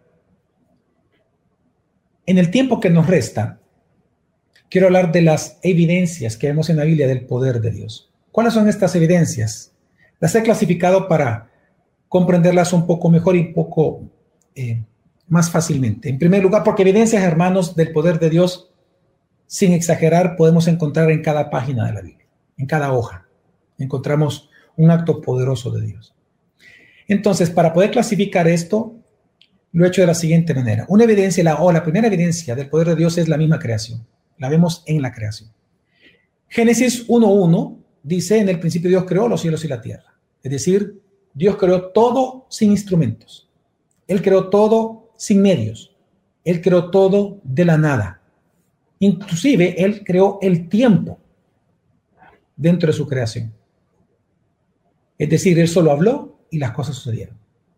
en el tiempo que nos resta, quiero hablar de las evidencias que vemos en la Biblia del poder de Dios. ¿Cuáles son estas evidencias? Las he clasificado para comprenderlas un poco mejor y un poco más fácilmente. En primer lugar, porque evidencias, hermanos, del poder de Dios, sin exagerar, podemos encontrar en cada página de la Biblia, en cada hoja. Encontramos un acto poderoso de Dios. Entonces, para poder clasificar esto, lo he hecho de la siguiente manera. Una evidencia, la primera evidencia del poder de Dios es la misma creación. La vemos en la creación. Génesis 1:1 dice, en el principio Dios creó los cielos y la tierra. Es decir, Dios creó todo sin instrumentos. Él creó todo sin medios. Él creó todo de la nada. Inclusive, Él creó el tiempo dentro de su creación. Es decir, Él solo habló y las cosas sucedieron.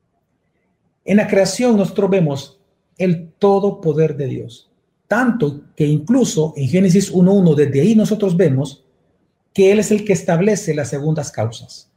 En la creación nosotros vemos el todo poder de Dios. Tanto que incluso en Génesis 1:1, desde ahí nosotros vemos que Él es el que establece las segundas causas.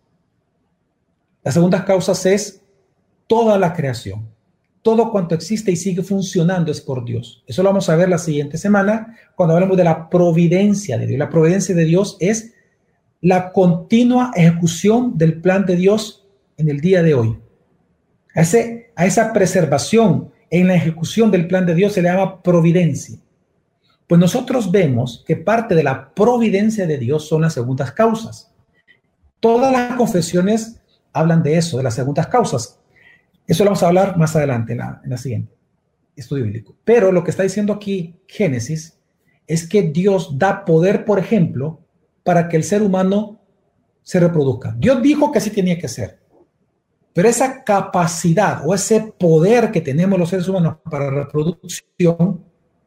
Las segundas causas es toda la creación. Todo cuanto existe y sigue funcionando es por Dios. Eso lo vamos a ver la siguiente semana cuando hablemos de la providencia de Dios. La providencia de Dios es la continua ejecución del plan de Dios en el día de hoy. A esa preservación en la ejecución del plan de Dios se le llama providencia. Pues nosotros vemos que parte de la providencia de Dios son las segundas causas. Todas las confesiones hablan de eso, de las segundas causas. Eso lo vamos a hablar más adelante en la siguiente estudio bíblico. Pero lo que está diciendo aquí Génesis es que Dios da poder, por ejemplo, para que el ser humano se reproduzca. Dios dijo que así tenía que ser. Pero esa capacidad o ese poder que tenemos los seres humanos para la reproducción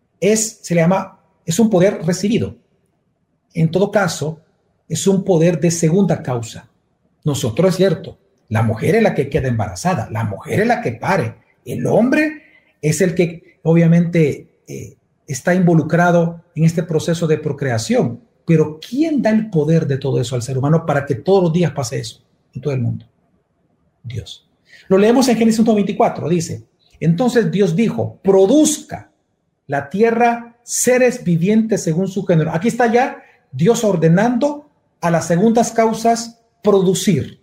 es un poder recibido. En todo caso, es un poder de segunda causa. Nosotros, es cierto, la mujer es la que queda embarazada, la mujer es la que pare, el hombre es el que obviamente está involucrado en este proceso de procreación. Pero ¿quién da el poder de todo eso al ser humano para que todos los días pase eso en todo el mundo? Dios. Lo leemos en Génesis 1:24, dice, entonces Dios dijo, produzca la tierra seres vivientes según su género. Aquí está ya Dios ordenando a las segundas causas producir.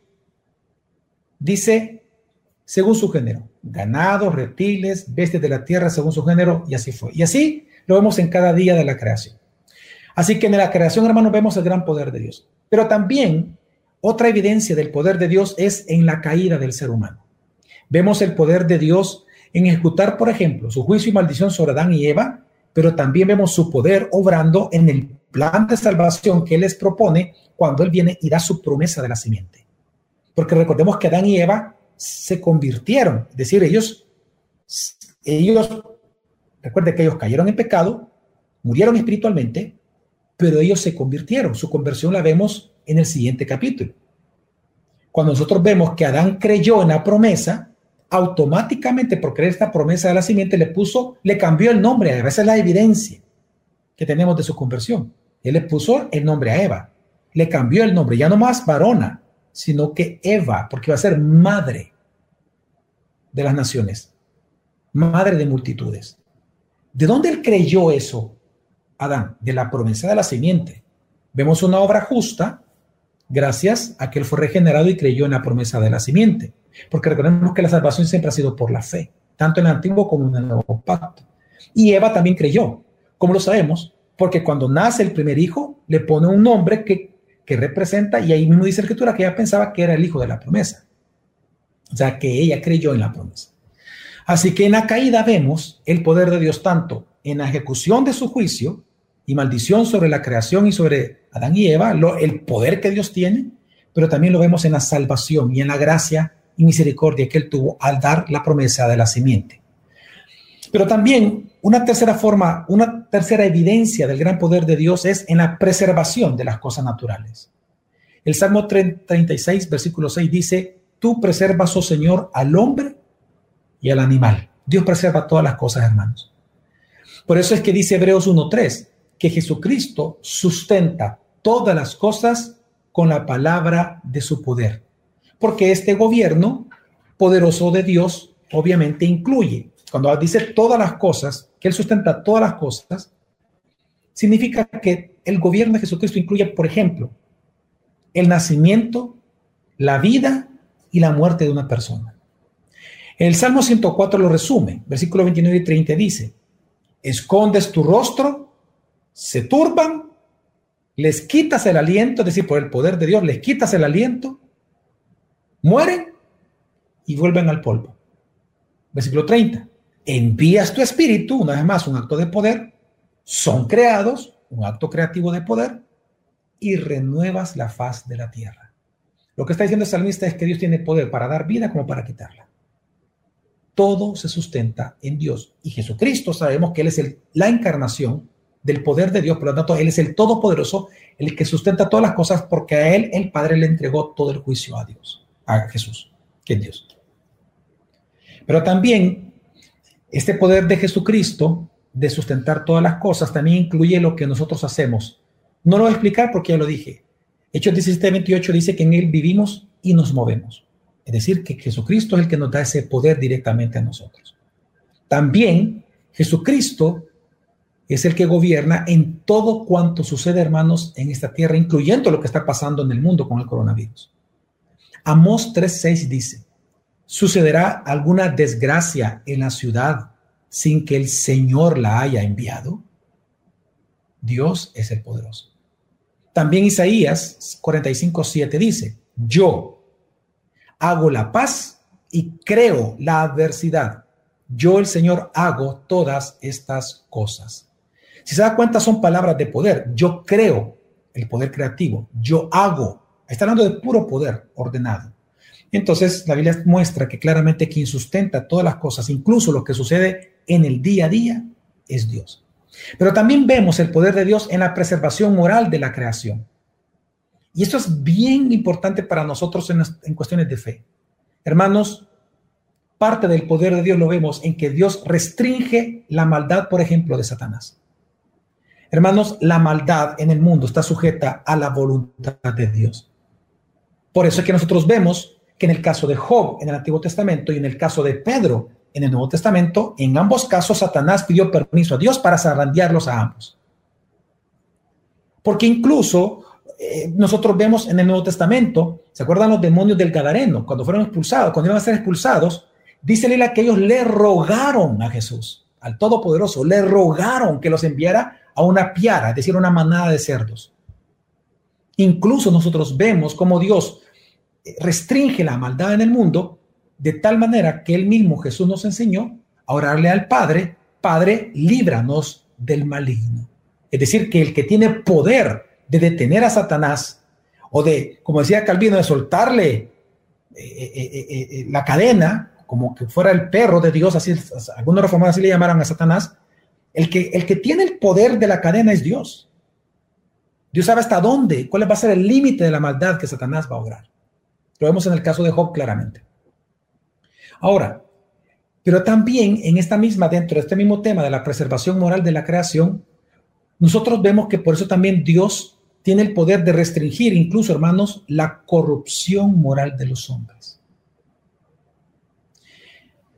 Dice, según su género, ganado, reptiles, bestias de la tierra según su género, y así fue. Y así lo vemos en cada día de la creación. Así que en la creación, hermanos, vemos el gran poder de Dios. Pero también otra evidencia del poder de Dios es en la caída del ser humano. Vemos el poder de Dios en ejecutar, por ejemplo, su juicio y maldición sobre Adán y Eva, pero también vemos su poder obrando en el plan de salvación que Él les propone cuando Él viene y da su promesa de la simiente. Porque recordemos que Adán y Eva se convirtieron, es decir, ellos, recuerden que ellos cayeron en pecado, murieron espiritualmente, pero ellos se convirtieron. Su conversión la vemos en el siguiente capítulo. Cuando nosotros vemos que Adán creyó en la promesa, automáticamente por creer esta promesa de la simiente le cambió el nombre a Eva. Esa es la evidencia que tenemos de su conversión. Él le puso el nombre a Eva, le cambió el nombre, ya no más varona, sino que Eva, porque va a ser madre de las naciones, madre de multitudes. ¿De dónde él creyó eso, Adán? De la promesa de la simiente. Vemos una obra justa gracias a que él fue regenerado y creyó en la promesa de la simiente. Porque recordemos que la salvación siempre ha sido por la fe, tanto en el antiguo como en el nuevo pacto. Y Eva también creyó. ¿Cómo lo sabemos? Porque cuando nace el primer hijo, le pone un nombre que representa, y ahí mismo dice la Escritura que ella pensaba que era el hijo de la promesa. O sea, que ella creyó en la promesa. Así que en la caída vemos el poder de Dios tanto en la ejecución de su juicio y maldición sobre la creación y sobre Adán y Eva, el poder que Dios tiene, pero también lo vemos en la salvación y en la gracia y misericordia que él tuvo al dar la promesa de la simiente. Pero también una tercera forma, una tercera evidencia del gran poder de Dios es en la preservación de las cosas naturales. El Salmo 36, versículo 6 dice: tú preservas, oh Señor, al hombre y al animal. Dios preserva todas las cosas, hermanos. Por eso es que dice Hebreos 1:3 que Jesucristo sustenta todas las cosas con la palabra de su poder. Porque este gobierno poderoso de Dios obviamente incluye, cuando dice todas las cosas, que Él sustenta todas las cosas, significa que el gobierno de Jesucristo incluye, por ejemplo, el nacimiento, la vida y la muerte de una persona. El Salmo 104 lo resume, versículo 29 y 30 dice: escondes tu rostro, se turban, les quitas el aliento, es decir, por el poder de Dios, les quitas el aliento, mueren y vuelven al polvo. Versículo 30, envías tu espíritu, una vez más un acto de poder, son creados, un acto creativo de poder, y renuevas la faz de la tierra. Lo que está diciendo el salmista es que Dios tiene poder para dar vida como para quitarla. Todo se sustenta en Dios. Y Jesucristo, sabemos que Él es la encarnación del poder de Dios, por lo tanto, Él es el Todopoderoso, el que sustenta todas las cosas, porque a Él, el Padre, le entregó todo el juicio a Dios, a Jesús, que es Dios. Pero también, este poder de Jesucristo, de sustentar todas las cosas, también incluye lo que nosotros hacemos. No lo voy a explicar porque ya lo dije. Hechos 17:28 dice que en Él vivimos y nos movemos. Es decir, que Jesucristo es el que nos da ese poder directamente a nosotros. También Jesucristo es el que gobierna en todo cuanto sucede, hermanos, en esta tierra, incluyendo lo que está pasando en el mundo con el coronavirus. Amós 3:6 dice: ¿sucederá alguna desgracia en la ciudad sin que el Señor la haya enviado? Dios es el poderoso. También Isaías 45:7 dice: yo hago la paz y creo la adversidad. Yo, el Señor, hago todas estas cosas. Si se da cuenta, son palabras de poder. Yo creo, el poder creativo. Yo hago. Está hablando de puro poder ordenado. Entonces, la Biblia muestra que claramente quien sustenta todas las cosas, incluso lo que sucede en el día a día, es Dios. Pero también vemos el poder de Dios en la preservación moral de la creación. Y esto es bien importante para nosotros en cuestiones de fe. Hermanos, parte del poder de Dios lo vemos en que Dios restringe la maldad, por ejemplo, de Satanás. Hermanos, la maldad en el mundo está sujeta a la voluntad de Dios. Por eso es que nosotros vemos que en el caso de Job en el Antiguo Testamento y en el caso de Pedro en el Nuevo Testamento, en ambos casos Satanás pidió permiso a Dios para zarandearlos a ambos. Porque incluso nosotros vemos en el Nuevo Testamento, ¿se acuerdan los demonios del Gadareno? Cuando fueron expulsados, cuando iban a ser expulsados, dice Lila que ellos le rogaron a Jesús, al Todopoderoso, le rogaron que los enviara a una piara, es decir, una manada de cerdos. Incluso nosotros vemos cómo Dios restringe la maldad en el mundo de tal manera que él mismo, Jesús, nos enseñó a orarle al Padre: Padre, líbranos del maligno. Es decir, que el que tiene poder de detener a Satanás, o de, como decía Calvino, de soltarle la cadena, como que fuera el perro de Dios, así algunos reformadores así le llamaron a Satanás, el que tiene el poder de la cadena es Dios. Dios sabe hasta dónde, cuál va a ser el límite de la maldad que Satanás va a obrar. Lo vemos en el caso de Job claramente. Ahora, pero también en esta misma, dentro de este mismo tema de la preservación moral de la creación, nosotros vemos que por eso también Dios tiene el poder de restringir, incluso, hermanos, la corrupción moral de los hombres.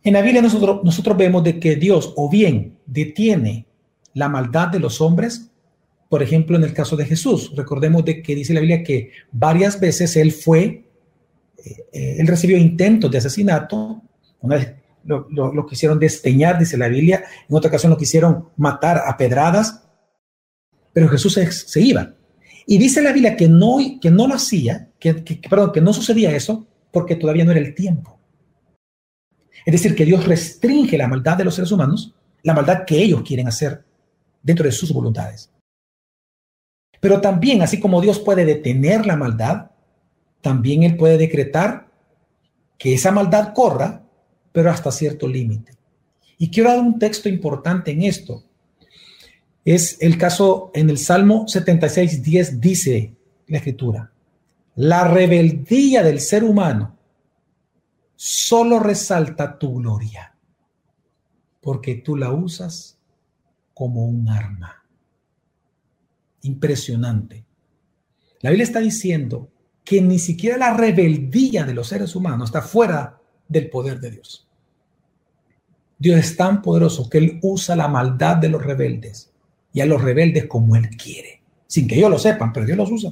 En la Biblia nosotros vemos de que Dios o bien detiene la maldad de los hombres, por ejemplo, en el caso de Jesús. Recordemos de que dice la Biblia que varias veces él recibió intentos de asesinato. Una vez lo quisieron despeñar, dice la Biblia. En otra ocasión lo quisieron matar a pedradas, pero Jesús se iba. Y dice la Biblia que no lo hacía, que no sucedía eso porque todavía no era el tiempo. Es decir, que Dios restringe la maldad de los seres humanos, la maldad que ellos quieren hacer dentro de sus voluntades. Pero también, así como Dios puede detener la maldad, también Él puede decretar que esa maldad corra, pero hasta cierto límite. Y quiero dar un texto importante en esto. Es el caso en el Salmo 76:10, dice la Escritura: la rebeldía del ser humano solo resalta tu gloria, porque tú la usas como un arma. Impresionante. La Biblia está diciendo que ni siquiera la rebeldía de los seres humanos está fuera del poder de Dios. Dios es tan poderoso que Él usa la maldad de los rebeldes y a los rebeldes como Él quiere, sin que ellos lo sepan, pero Dios los usa.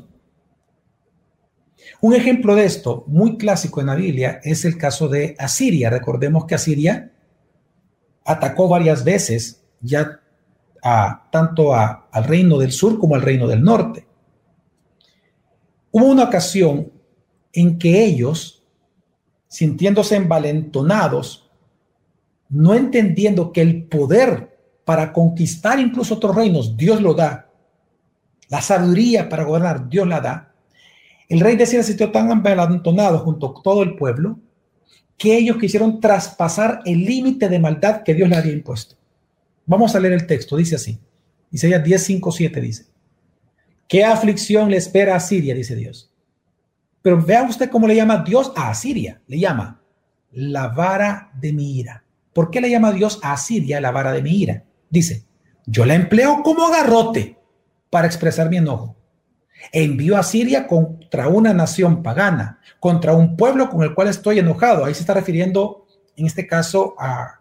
Un ejemplo de esto, muy clásico en la Biblia, es el caso de Asiria. Recordemos que Asiria atacó varias veces ya tanto al reino del sur como al reino del norte. Hubo una ocasión en que ellos, sintiéndose envalentonados, no entendiendo que el poder para conquistar incluso otros reinos, Dios lo da, la sabiduría para gobernar, Dios la da, el rey de Asiria se sintió tan envalentonado junto con todo el pueblo que ellos quisieron traspasar el límite de maldad que Dios le había impuesto. Vamos a leer el texto, dice así. Isaías 10:5-7 dice: ¿qué aflicción le espera a Asiria? Dice Dios. Pero vea usted cómo le llama Dios a Asiria. Le llama la vara de mi ira. ¿Por qué le llama Dios a Asiria la vara de mi ira? Dice: yo la empleo como garrote para expresar mi enojo. Envío a Siria contra una nación pagana, contra un pueblo con el cual estoy enojado. Ahí se está refiriendo, en este caso, a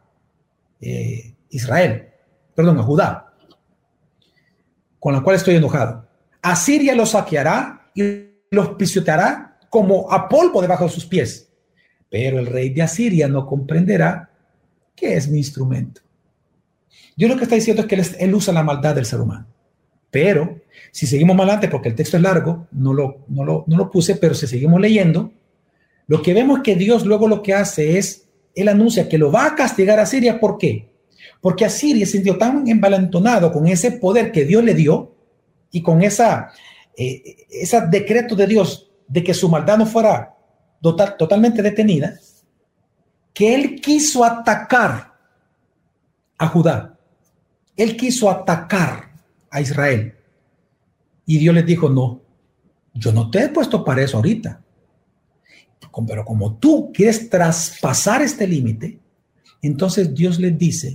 a Judá, con la cual estoy enojado. Asiria los saqueará y los pisoteará como a polvo debajo de sus pies. Pero el rey de Asiria no comprenderá que es mi instrumento. Dios lo que está diciendo es que él usa la maldad del ser humano. Pero si seguimos más adelante, porque el texto es largo, no lo puse, pero si seguimos leyendo, lo que vemos es que Dios luego lo que hace es, Él anuncia que lo va a castigar a Asiria. ¿Por qué? Porque Asiria se sintió tan envalentonado con ese poder que Dios le dio y con ese decreto de Dios de que su maldad no fuera totalmente detenida, que Él quiso atacar a Judá. Él quiso atacar a Israel. Y Dios les dijo: no, yo no te he puesto para eso ahorita. Pero como tú quieres traspasar este límite, entonces Dios les dice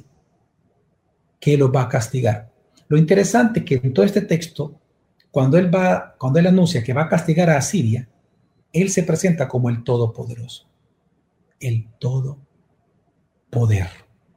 que los va a castigar. Lo interesante es que en todo este texto, cuando él anuncia que va a castigar a Asiria, Él se presenta como el Todopoderoso. El Todopoder.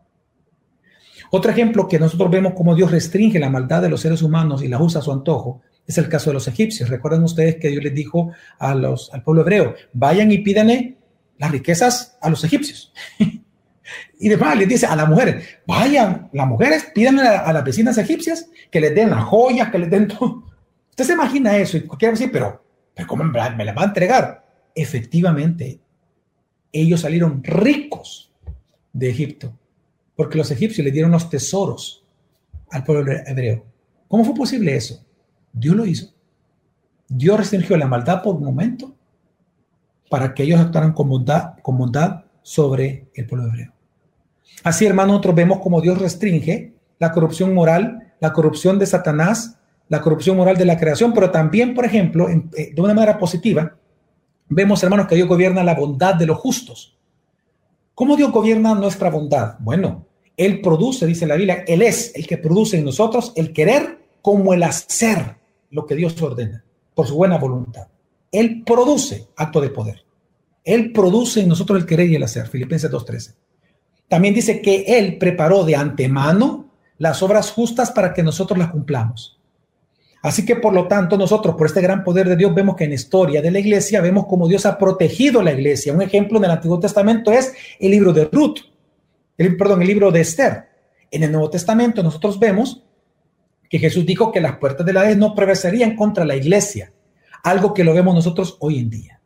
Otro ejemplo que nosotros vemos como Dios restringe la maldad de los seres humanos y la usa a su antojo es el caso de los egipcios. Recuerden ustedes que Dios les dijo al pueblo hebreo: vayan y pídanle las riquezas a los egipcios. Y después les dice a las mujeres: vayan, las mujeres, pídanle a las vecinas egipcias que les den las joyas, que les den todo. Usted se imagina eso y quiere decir: pero ¿cómo me las va a entregar? Efectivamente, ellos salieron ricos de Egipto, porque los egipcios le dieron los tesoros al pueblo hebreo. ¿Cómo fue posible eso? Dios lo hizo. Dios restringió la maldad por un momento para que ellos actuaran con bondad sobre el pueblo hebreo. Así, hermanos, nosotros vemos como Dios restringe la corrupción moral, la corrupción de Satanás, la corrupción moral de la creación, pero también, por ejemplo, de una manera positiva, vemos, hermanos, que Dios gobierna la bondad de los justos. ¿Cómo Dios gobierna nuestra bondad? Bueno, Él produce, dice la Biblia, Él es el que produce en nosotros el querer como el hacer lo que Dios ordena, por su buena voluntad. Él produce acto de poder. Él produce en nosotros el querer y el hacer. Filipenses 2:13. También dice que Él preparó de antemano las obras justas para que nosotros las cumplamos. Así que, por lo tanto, nosotros, por este gran poder de Dios, vemos que en la historia de la iglesia, vemos cómo Dios ha protegido la iglesia. Un ejemplo en el Antiguo Testamento es el libro de Ruth, el libro de Esther. En el Nuevo Testamento nosotros vemos que Jesús dijo que las puertas de la Hades no prevalecerían contra la iglesia, algo que lo vemos nosotros hoy en día.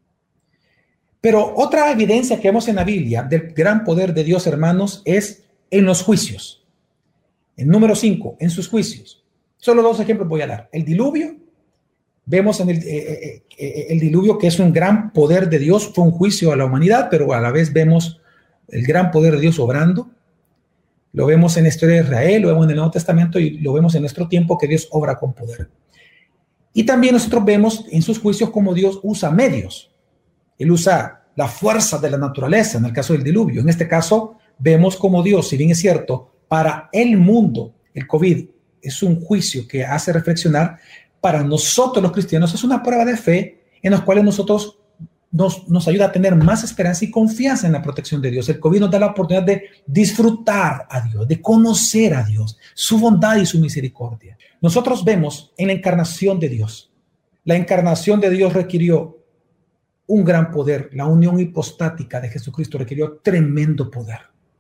Pero otra evidencia que vemos en la Biblia del gran poder de Dios, hermanos, es en los juicios. En número 5, en sus juicios. Solo 2 ejemplos voy a dar. El diluvio, vemos en el diluvio que es un gran poder de Dios, fue un juicio a la humanidad, pero a la vez vemos el gran poder de Dios obrando. Lo vemos en la historia de Israel, lo vemos en el Nuevo Testamento y lo vemos en nuestro tiempo que Dios obra con poder. Y también nosotros vemos en sus juicios cómo Dios usa medios. Él usa la fuerza de la naturaleza, en el caso del diluvio. En este caso, vemos cómo Dios, si bien es cierto, para el mundo, el COVID es un juicio que hace reflexionar, para nosotros los cristianos es una prueba de fe en la cual nosotros nos ayuda a tener más esperanza y confianza en la protección de Dios. El COVID nos da la oportunidad de disfrutar a Dios, de conocer a Dios, su bondad y su misericordia. Nosotros vemos en la encarnación de Dios. La encarnación de Dios requirió un gran poder. La unión hipostática de Jesucristo requirió tremendo poder.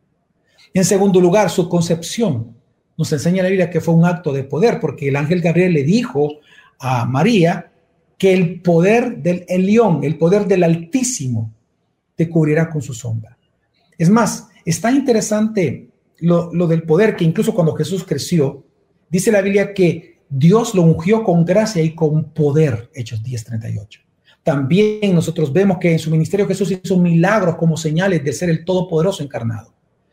En segundo lugar, su concepción. Nos enseña la Biblia que fue un acto de poder, porque el ángel Gabriel le dijo a María que el poder del Elión, el poder del Altísimo, te cubrirá con su sombra. Es más, está interesante lo del poder, que incluso cuando Jesús creció, dice la Biblia que Dios lo ungió con gracia y con poder, Hechos 10:38. También nosotros vemos que en su ministerio Jesús hizo milagros como señales de ser el Todopoderoso encarnado.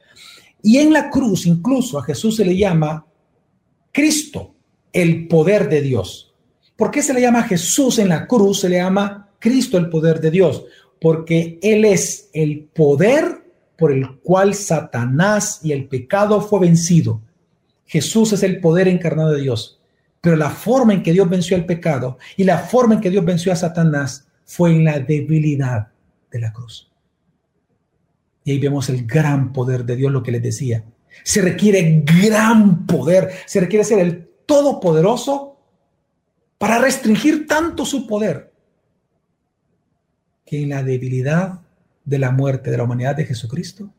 Y en la cruz, incluso a Jesús se le llama Cristo, el poder de Dios. ¿Por qué se le llama Jesús en la cruz? Se le llama Cristo, el poder de Dios, porque Él es el poder por el cual Satanás y el pecado fue vencido. Jesús es el poder encarnado de Dios, pero la forma en que Dios venció el pecado y la forma en que Dios venció a Satanás fue en la debilidad de la cruz. Y ahí vemos el gran poder de Dios, lo que les decía. Se requiere gran poder, se requiere ser el todopoderoso para restringir tanto su poder, que en la debilidad de la muerte de la humanidad de Jesucristo,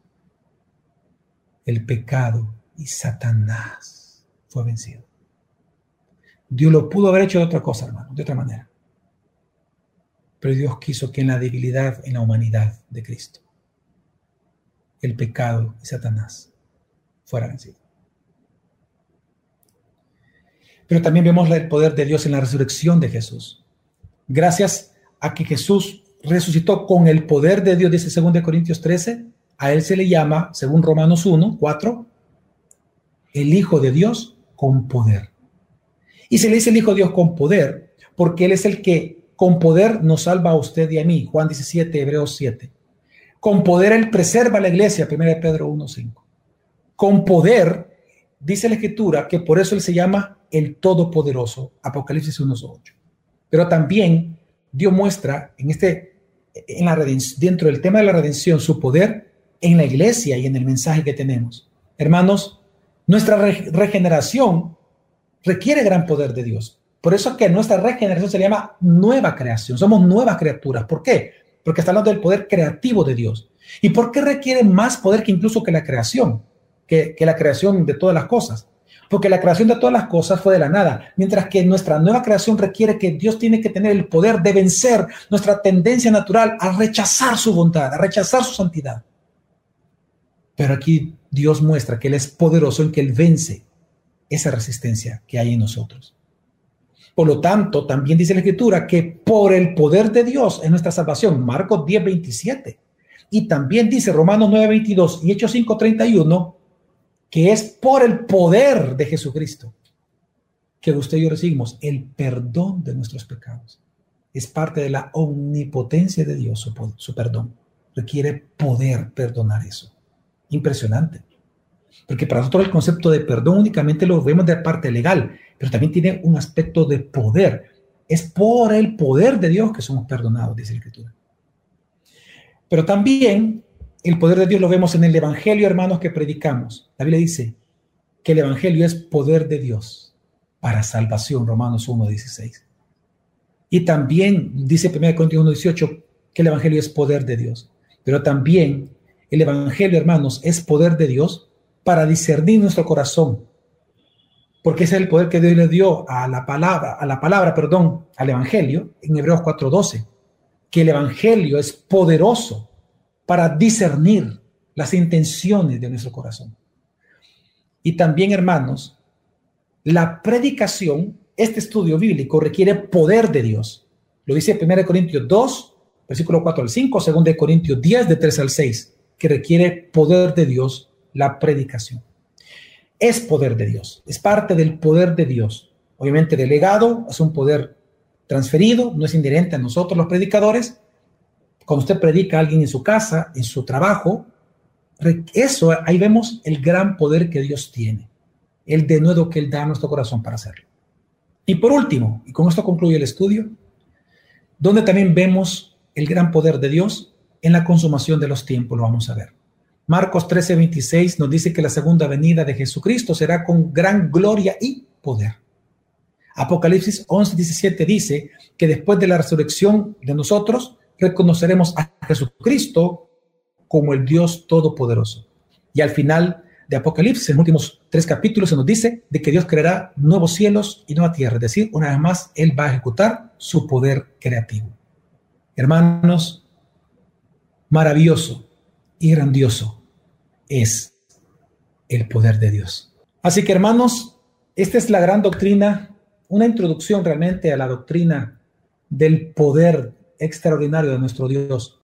el pecado y Satanás fue vencido. Dios lo pudo haber hecho de otra cosa, hermano, de otra manera. Pero Dios quiso que en la debilidad, en la humanidad de Cristo, el pecado y Satanás fuera vencido. Pero también vemos el poder de Dios en la resurrección de Jesús. Gracias a que Jesús resucitó con el poder de Dios, dice 2 Corintios 13, a Él se le llama, según Romanos 1:4, el Hijo de Dios con poder. Y se le dice el Hijo de Dios con poder porque Él es el que con poder nos salva a usted y a mí. Juan 17, Hebreos 7. Con poder Él preserva a la iglesia, 1 Pedro 1:5. Con poder, dice la Escritura, que por eso Él se llama el Todopoderoso, Apocalipsis 1:8. Pero también Dios muestra dentro del tema de la redención su poder en la iglesia y en el mensaje que tenemos. Hermanos, nuestra regeneración requiere gran poder de Dios. Por eso es que nuestra regeneración se llama nueva creación. Somos nuevas criaturas. ¿Por qué? Porque está hablando del poder creativo de Dios. ¿Y por qué requiere más poder que incluso que la creación? Que la creación de todas las cosas. Porque la creación de todas las cosas fue de la nada, mientras que nuestra nueva creación requiere que Dios tiene que tener el poder de vencer nuestra tendencia natural a rechazar su bondad, a rechazar su santidad. Pero aquí Dios muestra que Él es poderoso en que Él vence esa resistencia que hay en nosotros. Por lo tanto, también dice la Escritura que por el poder de Dios es nuestra salvación, Marcos 10:27. Y también dice Romanos 9:22 y Hechos 5:31, que es por el poder de Jesucristo que usted y yo recibimos el perdón de nuestros pecados. Es parte de la omnipotencia de Dios, su perdón. Requiere poder perdonar eso. Impresionante. Porque para nosotros el concepto de perdón únicamente lo vemos de parte legal, pero también tiene un aspecto de poder. Es por el poder de Dios que somos perdonados, dice la Escritura. Pero también El poder de Dios lo vemos en el Evangelio, hermanos, que predicamos. La Biblia dice que el Evangelio es poder de Dios para salvación, Romanos 1:16. Y también dice 1 Corintios 1:18 que el Evangelio es poder de Dios. Pero también el Evangelio, hermanos, es poder de Dios para discernir nuestro corazón. Porque ese es el poder que Dios le dio a la palabra, al Evangelio, en Hebreos 4:12. Que el Evangelio es poderoso para discernir las intenciones de nuestro corazón. Y también, hermanos, la predicación, este estudio bíblico requiere poder de Dios. Lo dice 1 Corintios 2, versículo 4 al 5, 2 Corintios 10, de 3 al 6, que requiere poder de Dios la predicación. Es poder de Dios, es parte del poder de Dios. Obviamente delegado, es un poder transferido, no es inherente a nosotros los predicadores. Cuando usted predica a alguien en su casa, en su trabajo, eso, ahí vemos el gran poder que Dios tiene, el denuedo que Él da a nuestro corazón para hacerlo. Y por último, y con esto concluye el estudio, donde también vemos el gran poder de Dios en la consumación de los tiempos, lo vamos a ver. Marcos 13:26 nos dice que la segunda venida de Jesucristo será con gran gloria y poder. Apocalipsis 11:17 dice que después de la resurrección de nosotros, reconoceremos a Jesucristo como el Dios Todopoderoso. Y al final de Apocalipsis, en los últimos 3 capítulos, se nos dice de que Dios creará nuevos cielos y nueva tierra. Es decir, una vez más, Él va a ejecutar su poder creativo. Hermanos, maravilloso y grandioso es el poder de Dios. Así que, hermanos, esta es la gran doctrina, una introducción realmente a la doctrina del poder extraordinario de nuestro Dios.